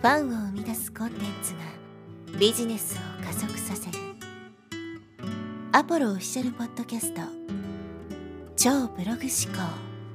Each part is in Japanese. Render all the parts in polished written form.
ファンを生み出すコンテンツがビジネスを加速させるアポロオフィシャルポッドキャスト超ブログ思考。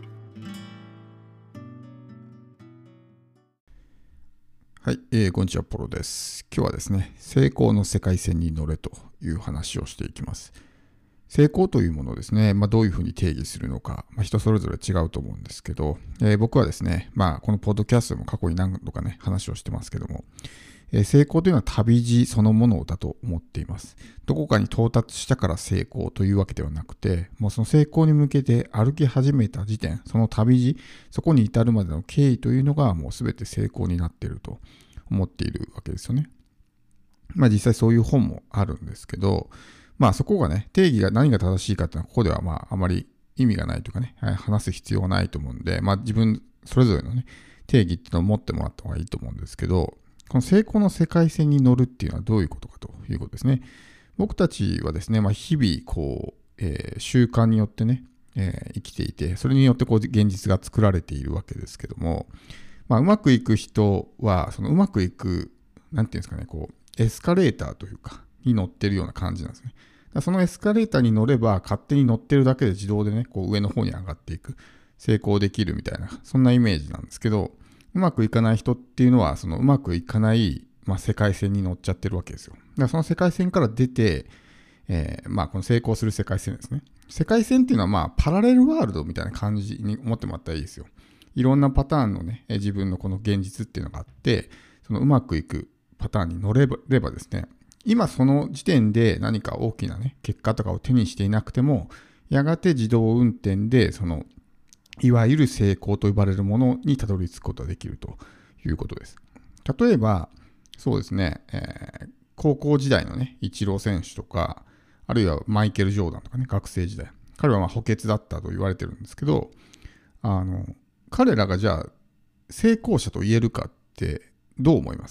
はい、こんにちは、ポロです。今日はですね、成功の世界線に乗れという話をしていきます。成功というものをですね、どういうふうに定義するのか、人それぞれ違うと思うんですけど、僕はですね、このポッドキャストでも過去に何度かね、話をしてますけども、成功というのは旅路そのものだと思っています。どこかに到達したから成功というわけではなくて、もうその成功に向けて歩き始めた時点、その旅路、そこに至るまでの経緯というのがもうすべて成功になっていると思っているわけですよね。実際そういう本もあるんですけど、そこがね、定義が何が正しいかっていうのは、ここではあまり意味がないというかね、話す必要がないと思うんで、自分それぞれのね、定義っていうのを持ってもらった方がいいと思うんですけど、この成功の世界線に乗るっていうのはどういうことかということですね。僕たちはですね、日々習慣によってね、生きていて、それによって現実が作られているわけですけども、うまくいく人は、そのうまくいく、なんていうんですかね、エスカレーターというか、に乗ってるような感じなんですね。そのエスカレーターに乗れば、勝手に乗ってるだけで自動でね、上の方に上がっていく、成功できるみたいな、そんなイメージなんですけど、うまくいかない人っていうのは、そのうまくいかない、世界線に乗っちゃってるわけですよ。だからその世界線から出て、この成功する世界線ですね。世界線っていうのは、パラレルワールドみたいな感じに思ってもらったらいいですよ。いろんなパターンのね、自分のこの現実っていうのがあって、そのうまくいくパターンに乗ればですね、今その時点で何か大きなね、結果とかを手にしていなくても、やがて自動運転で、いわゆる成功と呼ばれるものにたどり着くことができるということです。例えば、そうですね、高校時代のね、イチロー選手とか、あるいはマイケル・ジョーダンとかね、学生時代。彼は補欠だったと言われてるんですけど、彼らがじゃあ成功者と言えるかってどう思います？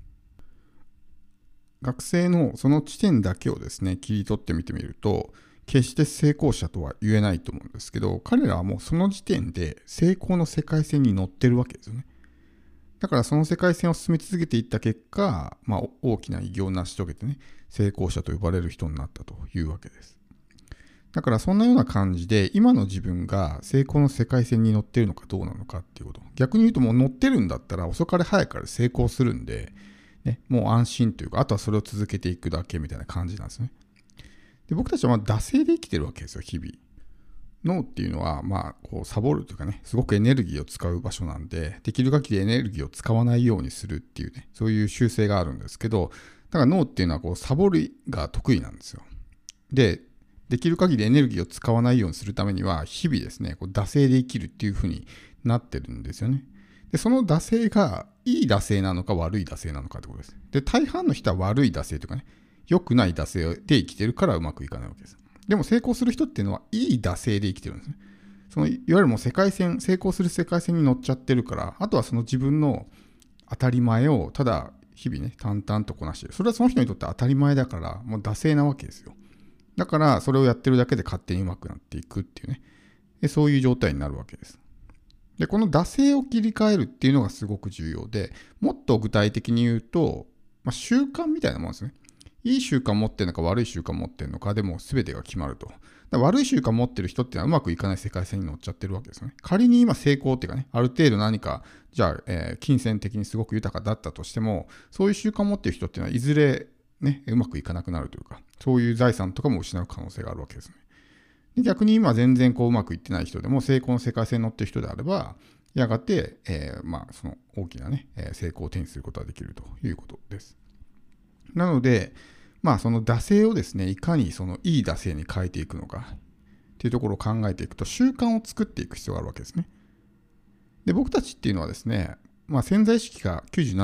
学生のその地点だけをですね、切り取ってみてみると、決して成功者とは言えないと思うんですけど、彼らはもうその時点で成功の世界線に乗ってるわけですよね。だからその世界線を進み続けていった結果、大きな偉業を成し遂げてね、成功者と呼ばれる人になったというわけです。だからそんなような感じで、今の自分が成功の世界線に乗っているのかどうなのかっていうこと。逆に言うともう乗ってるんだったら遅かれ早かれ成功するんで、もう安心というか、あとはそれを続けていくだけみたいな感じなんですね。で、僕たちは惰性で生きてるわけですよ、日々。脳っていうのは、サボるというかね、すごくエネルギーを使う場所なんで、できる限りエネルギーを使わないようにするっていうね、そういう習性があるんですけど、だから脳っていうのはサボりが得意なんですよ。できる限りエネルギーを使わないようにするためには、日々ですね、惰性で生きるっていう風になってるんですよね。で、その惰性がいい惰性なのか悪い惰性なのかってことです。で、大半の人は悪い惰性とかね、良くない惰性で生きてるからうまくいかないわけです。でも成功する人っていうのはいい惰性で生きてるんですね。いわゆるもう世界線、成功する世界線に乗っちゃってるから、あとはその自分の当たり前をただ日々ね、淡々とこなしてる。それはその人にとって当たり前だから、もう惰性なわけですよ。だからそれをやってるだけで勝手に上手くなっていくっていうね。そういう状態になるわけです。で、この惰性を切り替えるっていうのがすごく重要で、もっと具体的に言うと、習慣みたいなもんですね。いい習慣持ってるのか悪い習慣持ってるのかでも全てが決まると。悪い習慣持ってる人っていうのはうまくいかない世界線に乗っちゃってるわけですよね。仮に今成功っていうかね、ある程度何か、じゃあ、金銭的にすごく豊かだったとしても、そういう習慣持ってる人っていうのはいずれね、うまくいかなくなるというか、そういう財産とかも失う可能性があるわけですね。で、逆に今全然うまくいってない人でも成功の世界線に乗ってる人であれば、やがて、その大きなね、成功を手にすることができるということです。なので、その惰性をですね、いかにそのいい惰性に変えていくのかっていうところを考えていくと、習慣を作っていく必要があるわけですね。で、僕たちっていうのはですね、潜在意識が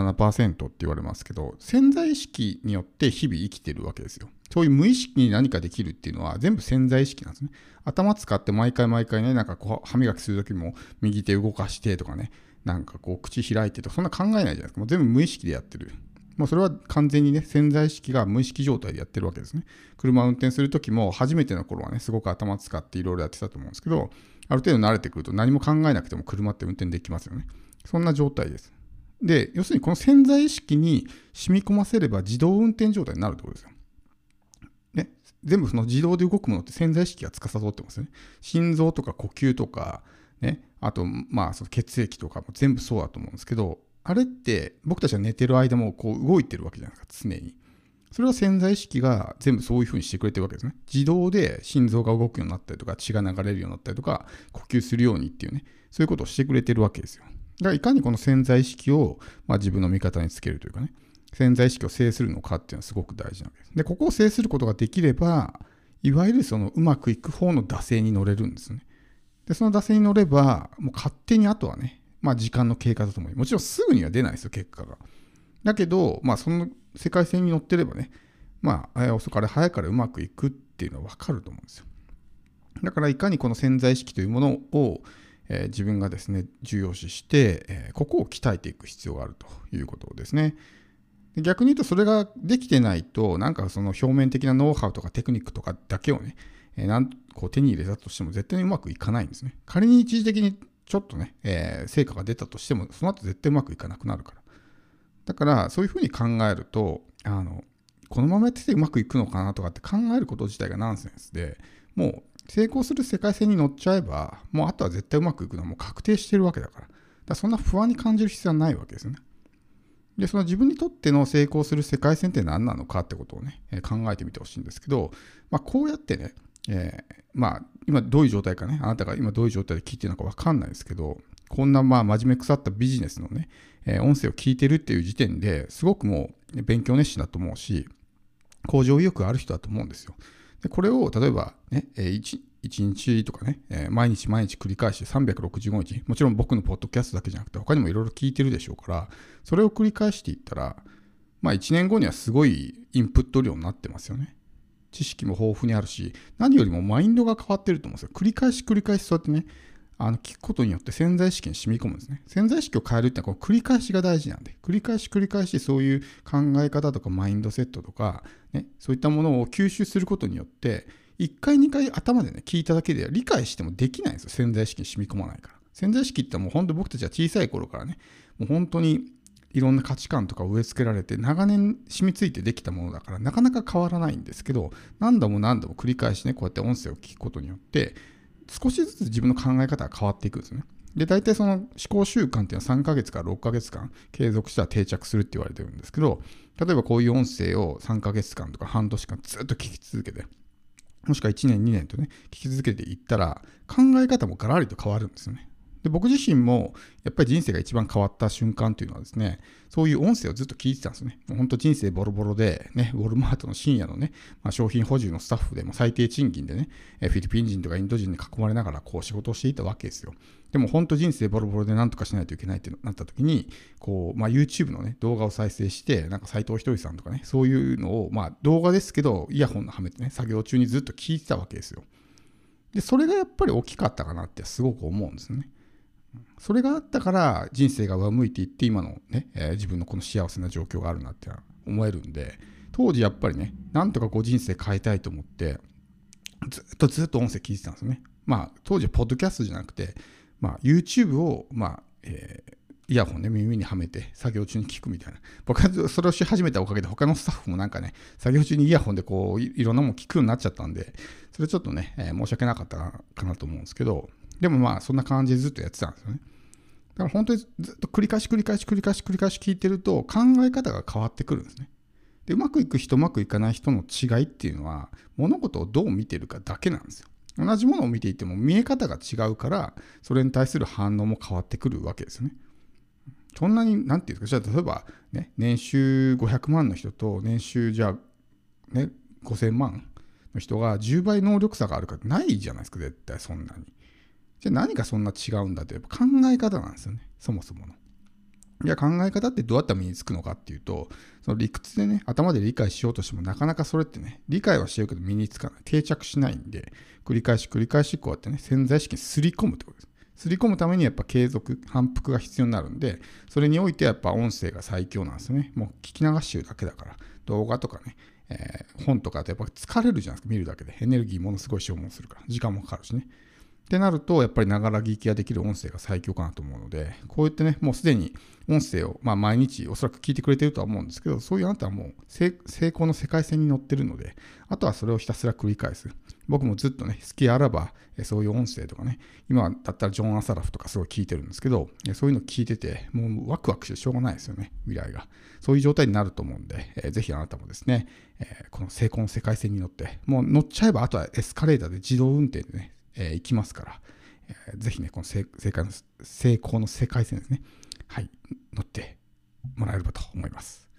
97% って言われますけど、潜在意識によって日々生きてるわけですよ。そういう無意識に何かできるっていうのは全部潜在意識なんですね。頭使って毎回ね、歯磨きするときも右手動かしてとかね、口開いてとか、そんな考えないじゃないですか。もう全部無意識でやってる。もうそれは完全にね、潜在意識が無意識状態でやってるわけですね。車を運転するときも初めての頃はね、すごく頭使っていろいろやってたと思うんですけど、ある程度慣れてくると何も考えなくても車って運転できますよね。そんな状態です。 で、要するにこの潜在意識に染み込ませれば自動運転状態になるってことですよ。ね、全部その自動で動くものって潜在意識が司ってますよね。心臓とか呼吸とか、ね、あとその血液とかも全部そうだと思うんですけど、あれって僕たちが寝てる間もこう動いてるわけじゃないですか、常に。それは潜在意識が全部そういう風にしてくれてるわけですね。自動で心臓が動くようになったりとか、血が流れるようになったりとか、呼吸するようにっていうね、そういうことをしてくれてるわけですよ。だからいかにこの潜在意識を、自分の味方につけるというかね、潜在意識を制するのかっていうのはすごく大事なわけです。で、ここを制することができれば、いわゆるそのうまくいく方の惰性に乗れるんですね。で、その惰性に乗れば、もう勝手にあとはね、時間の経過とともに、もちろんすぐには出ないですよ、結果が。だけど、その世界線に乗ってればね、遅かれ早かれうまくいくっていうのは分かると思うんですよ。だからいかにこの潜在意識というものを、自分がですね、重要視して、ここを鍛えていく必要があるということですね。で、逆に言うとそれができてないと、なんかその表面的なノウハウとかテクニックとかだけをね、手に入れたとしても絶対にうまくいかないんですね。仮に一時的にちょっとね、成果が出たとしても、その後絶対うまくいかなくなるから。だからそういうふうに考えると、このままやっててうまくいくのかなとかって考えること自体がナンセンスで、もう成功する世界線に乗っちゃえば、もうあとは絶対うまくいくのはもう確定してるわけだから。だからそんな不安に感じる必要はないわけですよね。で、その自分にとっての成功する世界線って何なのかってことをね、考えてみてほしいんですけど、こうやってね、今どういう状態かね、あなたが今どういう状態で聞いてるのか分かんないですけど、こんな真面目腐ったビジネスのね、音声を聞いてるっていう時点ですごくもう勉強熱心だと思うし、向上意欲がある人だと思うんですよ。で、これを例えばね、1日とかね、毎日繰り返して365日、もちろん僕のポッドキャストだけじゃなくて他にもいろいろ聞いてるでしょうから、それを繰り返していったら、1年後にはすごいインプット量になってますよね。知識も豊富にあるし、何よりもマインドが変わってると思うんですよ。繰り返しそうやってね、聞くことによって潜在意識に染み込むんですね。潜在意識を変えるってのはこの繰り返しが大事なんで、繰り返しそういう考え方とかマインドセットとか、ね、そういったものを吸収することによって、1回2回頭でね、聞いただけでは理解してもできないんですよ。潜在意識に染み込まないから。潜在意識ってもう本当に僕たちは小さい頃からね、もう本当にいろんな価値観とか植え付けられて長年染みついてできたものだからなかなか変わらないんですけど、何度も繰り返しね、こうやって音声を聞くことによって少しずつ自分の考え方が変わっていくんですね。で、大体その思考習慣っていうのは3ヶ月から6ヶ月間継続したら定着するって言われてるんですけど、例えばこういう音声を3ヶ月間とか半年間ずっと聞き続けて、もしくは1年2年とね、聞き続けていったら考え方もガラリと変わるんですよね。で、僕自身もやっぱり人生が一番変わった瞬間というのはですね、そういう音声をずっと聞いてたんですね。もう本当人生ボロボロで、ね、ウォルマートの深夜のね、商品補充のスタッフでも最低賃金でね、フィリピン人とかインド人に囲まれながらこう仕事をしていたわけですよ。でも本当人生ボロボロで何とかしないといけないってなった時に、こう、YouTube のね、動画を再生して、なんか斉藤ひとりさんとかね、そういうのを、動画ですけど、イヤホンのはめてね、作業中にずっと聞いてたわけですよ。で、それがやっぱり大きかったかなってすごく思うんですね。それがあったから人生が上向いていって今のね、自分のこの幸せな状況があるなって思えるんで、当時やっぱりね、なんとかこう人生変えたいと思ってずっと音声聞いてたんですよね。当時はポッドキャストじゃなくて、YouTube をイヤホンね、耳にはめて作業中に聞くみたいな。僕はそれをし始めたおかげで他のスタッフもなんかね、作業中にイヤホンでこういろんなもの聞くようになっちゃったんで、それちょっとね、申し訳なかったかなと思うんですけど、でもそんな感じでずっとやってたんですよね。だから本当にずっと繰り返し聞いてると考え方が変わってくるんですね。で、うまくいく人、うまくいかない人の違いっていうのは、物事をどう見てるかだけなんですよ。同じものを見ていても見え方が違うから、それに対する反応も変わってくるわけですよね。そんなに、なんていうんですか、じゃあ例えば、ね、年収500万の人と年収じゃあ、ね、5000万の人が10倍能力差があるかってないじゃないですか、絶対そんなに。じゃあ何がそんな違うんだって、やっぱ考え方なんですよね、そもそもの。いや、考え方ってどうやったら身につくのかっていうと、その理屈でね、頭で理解しようとしてもなかなかそれってね、理解はしてるけど身につかない、定着しないんで、繰り返しこうやってね、潜在意識にすり込むってことです。すり込むためにやっぱ継続、反復が必要になるんで、それにおいてやっぱ音声が最強なんですよね。もう聞き流してるだけだから、動画とかね、本とかってやっぱ疲れるじゃないですか、見るだけで。エネルギーものすごい消耗するから、時間もかかるしね。っってなると、やっぱりながら聞きができる音声が最強かなと思うので、こうやってね、もうすでに音声を、毎日おそらく聞いてくれてるとは思うんですけど、そういうあなたはもう成功の世界線に乗ってるので、あとはそれをひたすら繰り返す。僕もずっとね、好きあらば、そういう音声とかね、今だったらジョン・アサラフとかすごい聞いてるんですけど、そういうの聞いてて、もうワクワクしてしょうがないですよね、未来が。そういう状態になると思うんで、ぜひあなたもですね、この成功の世界線に乗って、もう乗っちゃえば、あとはエスカレーターで自動運転でね、行きますから、ぜひね、この成功の世界線ですね、はい、乗ってもらえればと思います。